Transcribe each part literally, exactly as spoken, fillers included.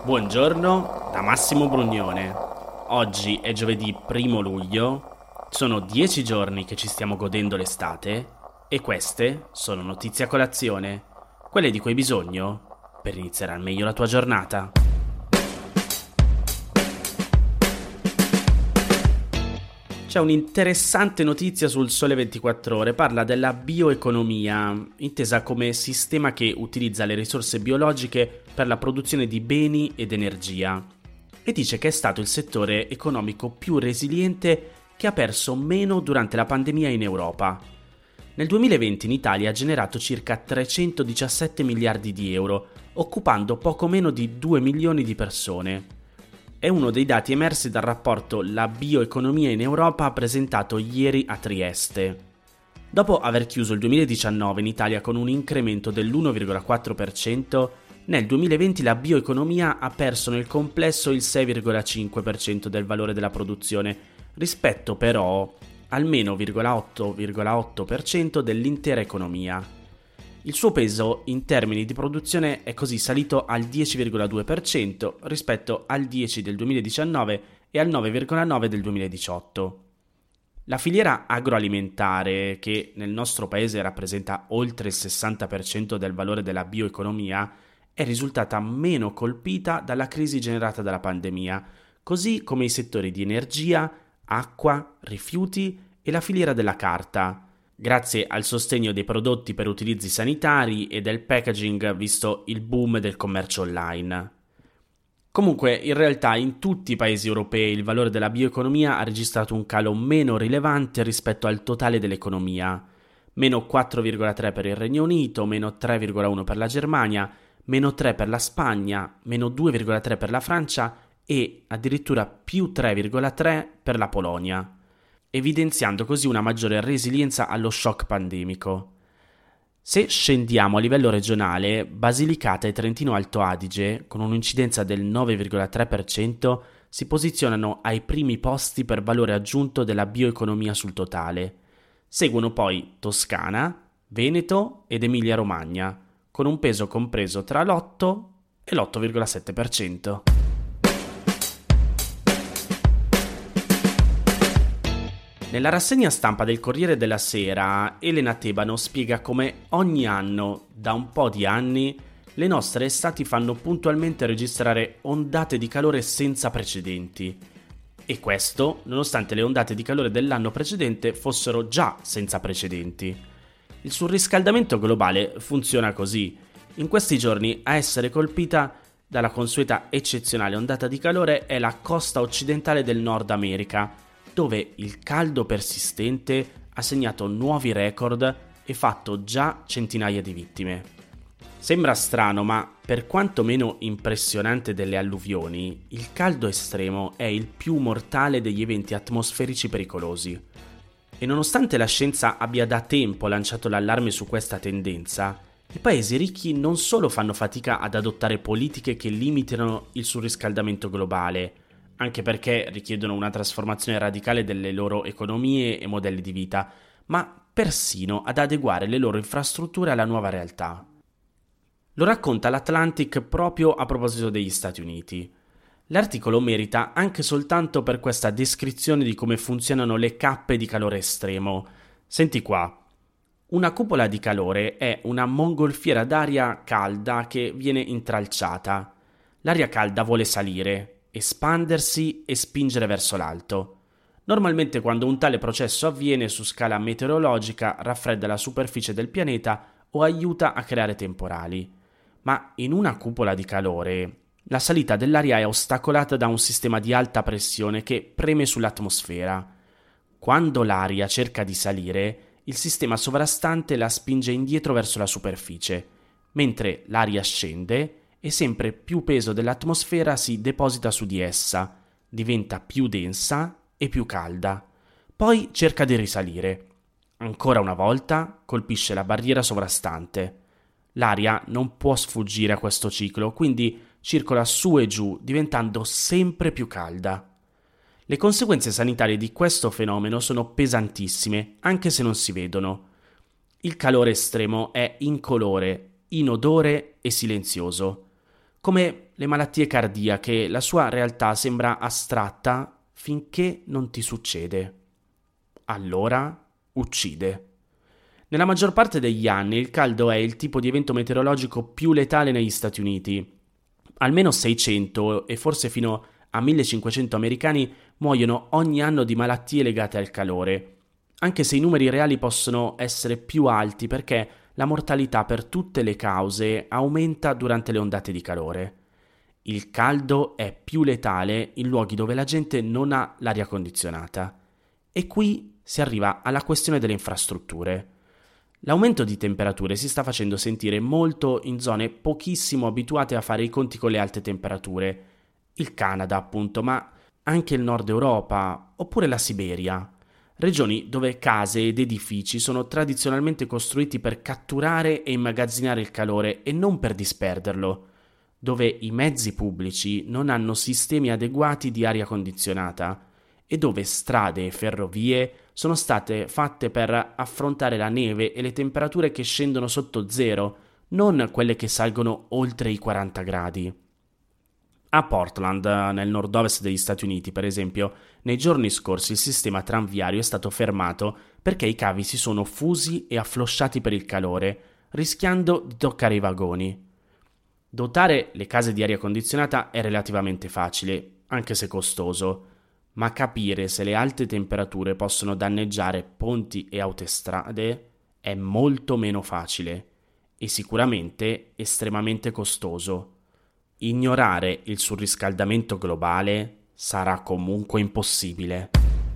Buongiorno da Massimo Brugnone. Oggi è giovedì primo luglio, sono dieci giorni che ci stiamo godendo l'estate e queste sono notizie a colazione, quelle di cui hai bisogno per iniziare al meglio la tua giornata. C'è un'interessante notizia sul Sole ventiquattro Ore, parla della bioeconomia, intesa come sistema che utilizza le risorse biologiche per la produzione di beni ed energia, e dice che è stato il settore economico più resiliente che ha perso meno durante la pandemia in Europa. Nel duemilaventi in Italia ha generato circa trecentodiciassette miliardi di euro, occupando poco meno di due milioni di persone. È uno dei dati emersi dal rapporto La bioeconomia in Europa presentato ieri a Trieste. Dopo aver chiuso il duemiladiciannove in Italia con un incremento dell'uno virgola quattro per cento, nel duemilaventi la bioeconomia ha perso nel complesso il sei virgola cinque per cento del valore della produzione, rispetto però al meno otto virgola otto per cento dell'intera economia. Il suo peso in termini di produzione è così salito al dieci virgola due per cento rispetto al dieci del duemiladiciannove e al nove virgola nove del duemiladiciotto. La filiera agroalimentare, che nel nostro paese rappresenta oltre il sessanta per cento del valore della bioeconomia, è risultata meno colpita dalla crisi generata dalla pandemia, così come i settori di energia, acqua, rifiuti e la filiera della carta, grazie al sostegno dei prodotti per utilizzi sanitari e del packaging visto il boom del commercio online. Comunque, in realtà in tutti i paesi europei il valore della bioeconomia ha registrato un calo meno rilevante rispetto al totale dell'economia, meno quattro virgola tre per il Regno Unito, meno tre virgola uno per la Germania, meno tre per la Spagna, meno due virgola tre per la Francia e addirittura più tre virgola tre per la Polonia, evidenziando così una maggiore resilienza allo shock pandemico. Se scendiamo a livello regionale, Basilicata e Trentino Alto Adige, con un'incidenza del nove virgola tre per cento, si posizionano ai primi posti per valore aggiunto della bioeconomia sul totale. Seguono poi Toscana, Veneto ed Emilia-Romagna, con un peso compreso tra l'otto e l'otto virgola sette per cento. Nella rassegna stampa del Corriere della Sera, Elena Tebano spiega come ogni anno, da un po' di anni, le nostre estati fanno puntualmente registrare ondate di calore senza precedenti. E questo nonostante le ondate di calore dell'anno precedente fossero già senza precedenti. Il surriscaldamento globale funziona così. In questi giorni a essere colpita dalla consueta eccezionale ondata di calore è la costa occidentale del Nord America, dove il caldo persistente ha segnato nuovi record e fatto già centinaia di vittime. Sembra strano, ma per quanto meno impressionante delle alluvioni, il caldo estremo è il più mortale degli eventi atmosferici pericolosi. E nonostante la scienza abbia da tempo lanciato l'allarme su questa tendenza, i paesi ricchi non solo fanno fatica ad adottare politiche che limitino il surriscaldamento globale, anche perché richiedono una trasformazione radicale delle loro economie e modelli di vita, ma persino ad adeguare le loro infrastrutture alla nuova realtà. Lo racconta l'Atlantic proprio a proposito degli Stati Uniti. L'articolo merita anche soltanto per questa descrizione di come funzionano le cappe di calore estremo. Senti qua. Una cupola di calore è una mongolfiera d'aria calda che viene intralciata. L'aria calda vuole salire, espandersi e spingere verso l'alto. Normalmente quando un tale processo avviene su scala meteorologica raffredda la superficie del pianeta o aiuta a creare temporali. Ma in una cupola di calore la salita dell'aria è ostacolata da un sistema di alta pressione che preme sull'atmosfera. Quando l'aria cerca di salire, il sistema sovrastante la spinge indietro verso la superficie, mentre l'aria scende e sempre più peso dell'atmosfera si deposita su di essa, diventa più densa e più calda. Poi cerca di risalire. Ancora una volta colpisce la barriera sovrastante. L'aria non può sfuggire a questo ciclo, quindi circola su e giù, diventando sempre più calda. Le conseguenze sanitarie di questo fenomeno sono pesantissime, anche se non si vedono. Il calore estremo è incolore, inodore e silenzioso. come le malattie cardiache, la sua realtà sembra astratta finché non ti succede. Allora uccide. Nella maggior parte degli anni il caldo è il tipo di evento meteorologico più letale negli Stati Uniti. Almeno seicento e forse fino a millecinquecento americani muoiono ogni anno di malattie legate al calore, anche se i numeri reali possono essere più alti perché la mortalità per tutte le cause aumenta durante le ondate di calore. Il caldo è più letale in luoghi dove la gente non ha l'aria condizionata. E qui si arriva alla questione delle infrastrutture. L'aumento di temperature si sta facendo sentire molto in zone pochissimo abituate a fare i conti con le alte temperature. Il Canada, appunto, ma anche il Nord Europa, oppure la Siberia. Regioni dove case ed edifici sono tradizionalmente costruiti per catturare e immagazzinare il calore e non per disperderlo, dove i mezzi pubblici non hanno sistemi adeguati di aria condizionata e dove strade e ferrovie sono state fatte per affrontare la neve e le temperature che scendono sotto zero, non quelle che salgono oltre i quaranta gradi. A Portland, nel nord-ovest degli Stati Uniti, per esempio, nei giorni scorsi il sistema tranviario è stato fermato perché i cavi si sono fusi e afflosciati per il calore, rischiando di toccare i vagoni. Dotare le case di aria condizionata è relativamente facile, anche se costoso, ma capire se le alte temperature possono danneggiare ponti e autostrade è molto meno facile e sicuramente estremamente costoso. Ignorare il surriscaldamento globale sarà comunque impossibile.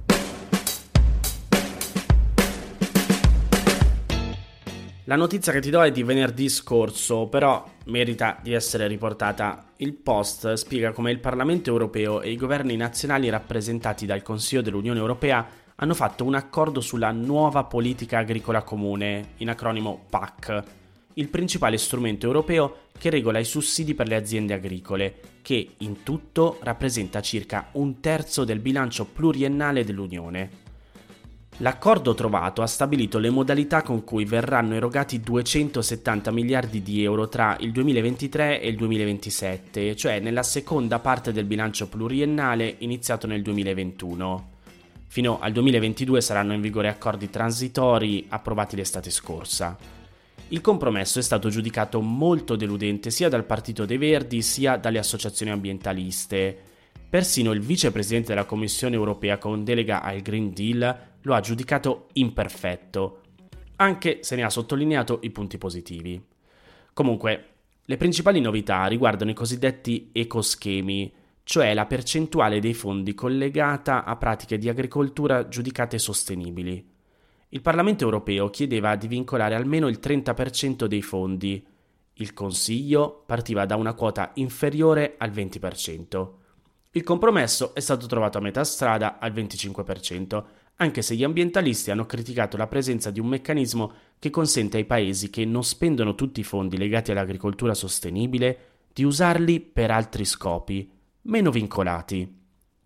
La notizia che ti do è di venerdì scorso, però merita di essere riportata. Il Post spiega come il Parlamento europeo e i governi nazionali rappresentati dal Consiglio dell'Unione Europea hanno fatto un accordo sulla nuova politica agricola comune, in acronimo P A C, il principale strumento europeo che regola i sussidi per le aziende agricole, che in tutto rappresenta circa un terzo del bilancio pluriennale dell'Unione. L'accordo trovato ha stabilito le modalità con cui verranno erogati duecentosettanta miliardi di euro tra il duemilaventitré e il duemilaventisette, cioè nella seconda parte del bilancio pluriennale iniziato nel duemilaventuno. Fino al duemilaventidue saranno in vigore accordi transitori approvati l'estate scorsa. Il compromesso è stato giudicato molto deludente sia dal Partito dei Verdi sia dalle associazioni ambientaliste. Persino il vicepresidente della Commissione europea con delega al Green Deal lo ha giudicato imperfetto, anche se ne ha sottolineato i punti positivi. Comunque, le principali novità riguardano i cosiddetti ecoschemi, cioè la percentuale dei fondi collegata a pratiche di agricoltura giudicate sostenibili. Il Parlamento europeo chiedeva di vincolare almeno il trenta per cento dei fondi. Il Consiglio partiva da una quota inferiore al venti per cento. Il compromesso è stato trovato a metà strada al venticinque per cento, anche se gli ambientalisti hanno criticato la presenza di un meccanismo che consente ai paesi che non spendono tutti i fondi legati all'agricoltura sostenibile di usarli per altri scopi, meno vincolati.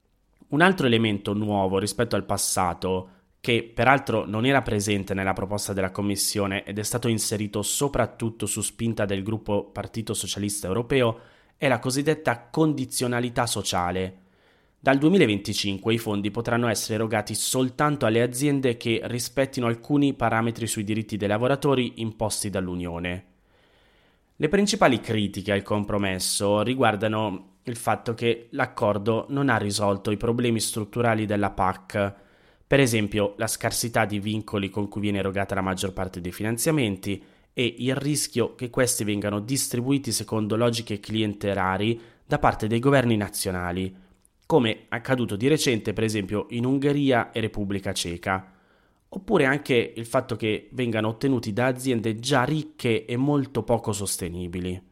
Un altro elemento nuovo rispetto al passato, che peraltro non era presente nella proposta della Commissione ed è stato inserito soprattutto su spinta del gruppo Partito Socialista Europeo, è la cosiddetta condizionalità sociale. Dal duemilaventicinque i fondi potranno essere erogati soltanto alle aziende che rispettino alcuni parametri sui diritti dei lavoratori imposti dall'Unione. Le principali critiche al compromesso riguardano il fatto che l'accordo non ha risolto i problemi strutturali della P A C, per esempio la scarsità di vincoli con cui viene erogata la maggior parte dei finanziamenti e il rischio che questi vengano distribuiti secondo logiche clientelari da parte dei governi nazionali, come accaduto di recente per esempio in Ungheria e Repubblica Ceca, oppure anche il fatto che vengano ottenuti da aziende già ricche e molto poco sostenibili.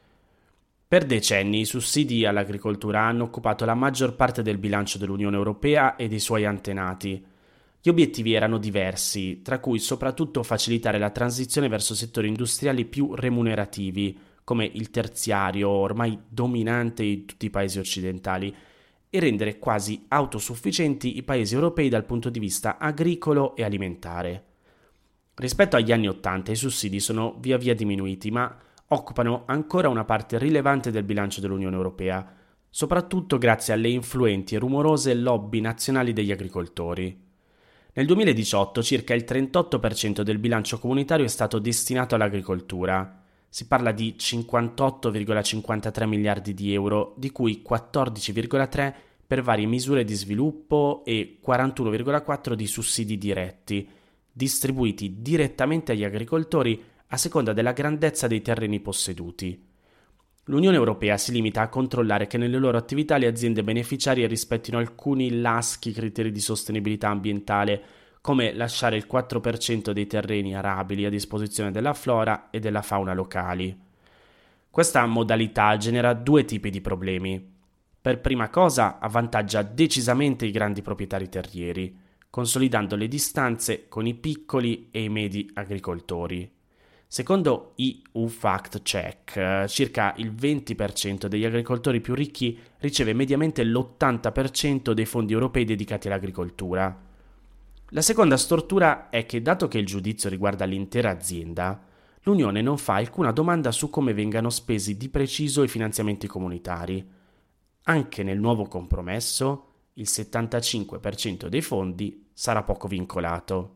Per decenni i sussidi all'agricoltura hanno occupato la maggior parte del bilancio dell'Unione Europea e dei suoi antenati. Gli obiettivi erano diversi, tra cui soprattutto facilitare la transizione verso settori industriali più remunerativi, come il terziario, ormai dominante in tutti i paesi occidentali, e rendere quasi autosufficienti i paesi europei dal punto di vista agricolo e alimentare. Rispetto agli anni Ottanta i sussidi sono via via diminuiti, ma occupano ancora una parte rilevante del bilancio dell'Unione Europea, soprattutto grazie alle influenti e rumorose lobby nazionali degli agricoltori. Nel duemiladiciotto circa il trentotto per cento del bilancio comunitario è stato destinato all'agricoltura. Si parla di cinquantotto virgola cinquantatré miliardi di euro, di cui quattordici virgola tre per varie misure di sviluppo e quarantuno virgola quattro di sussidi diretti, distribuiti direttamente agli agricoltori a seconda della grandezza dei terreni posseduti. L'Unione Europea si limita a controllare che nelle loro attività le aziende beneficiarie rispettino alcuni laschi criteri di sostenibilità ambientale, come lasciare il quattro per cento dei terreni arabili a disposizione della flora e della fauna locali. Questa modalità genera due tipi di problemi. Per prima cosa avvantaggia decisamente i grandi proprietari terrieri, consolidando le distanze con i piccoli e i medi agricoltori. Secondo E U Fact Check, circa il venti per cento degli agricoltori più ricchi riceve mediamente l'ottanta per cento dei fondi europei dedicati all'agricoltura. La seconda stortura è che, dato che il giudizio riguarda l'intera azienda, l'Unione non fa alcuna domanda su come vengano spesi di preciso i finanziamenti comunitari. Anche nel nuovo compromesso, il settantacinque per cento dei fondi sarà poco vincolato.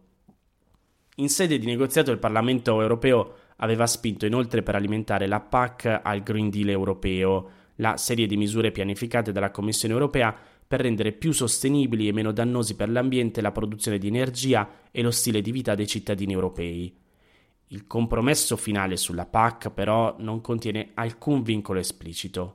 In sede di negoziato il Parlamento europeo aveva spinto inoltre per alimentare la P A C al Green Deal europeo, la serie di misure pianificate dalla Commissione europea per rendere più sostenibili e meno dannosi per l'ambiente la produzione di energia e lo stile di vita dei cittadini europei. Il compromesso finale sulla P A C però non contiene alcun vincolo esplicito.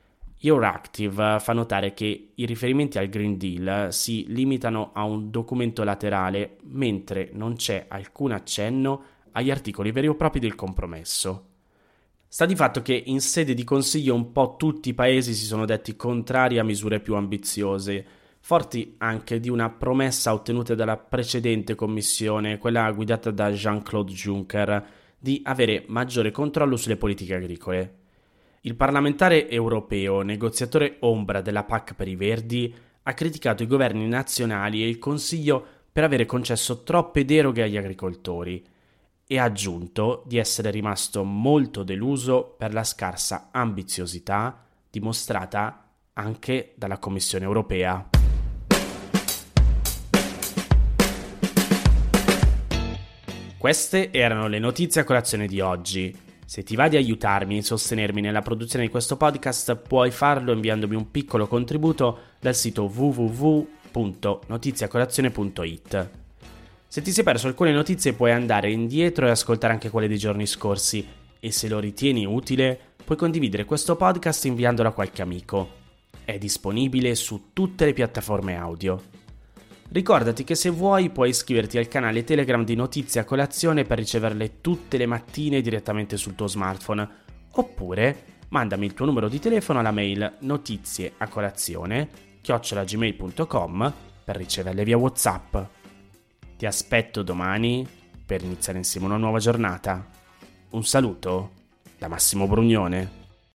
Euractiv fa notare che i riferimenti al Green Deal si limitano a un documento laterale, mentre non c'è alcun accenno agli articoli veri o propri del compromesso. Sta di fatto che in sede di Consiglio un po' tutti i paesi si sono detti contrari a misure più ambiziose, forti anche di una promessa ottenuta dalla precedente Commissione, quella guidata da Jean-Claude Juncker, di avere maggiore controllo sulle politiche agricole. Il parlamentare europeo, negoziatore ombra della P A C per i Verdi, ha criticato i governi nazionali e il Consiglio per avere concesso troppe deroghe agli agricoltori e ha aggiunto di essere rimasto molto deluso per la scarsa ambiziosità dimostrata anche dalla Commissione europea. Queste erano le notizie a colazione di oggi. Se ti va di aiutarmi e sostenermi nella produzione di questo podcast, puoi farlo inviandomi un piccolo contributo dal sito w w w punto notiziacolazione punto i t. Se ti sei perso alcune notizie puoi andare indietro e ascoltare anche quelle dei giorni scorsi e se lo ritieni utile puoi condividere questo podcast inviandolo a qualche amico. È disponibile su tutte le piattaforme audio. Ricordati che se vuoi puoi iscriverti al canale Telegram di Notizie a Colazione per riceverle tutte le mattine direttamente sul tuo smartphone, oppure mandami il tuo numero di telefono alla mail notizieacolazione chiocciola gmail punto com per riceverle via WhatsApp. Ti aspetto domani per iniziare insieme una nuova giornata. Un saluto da Massimo Brugnone.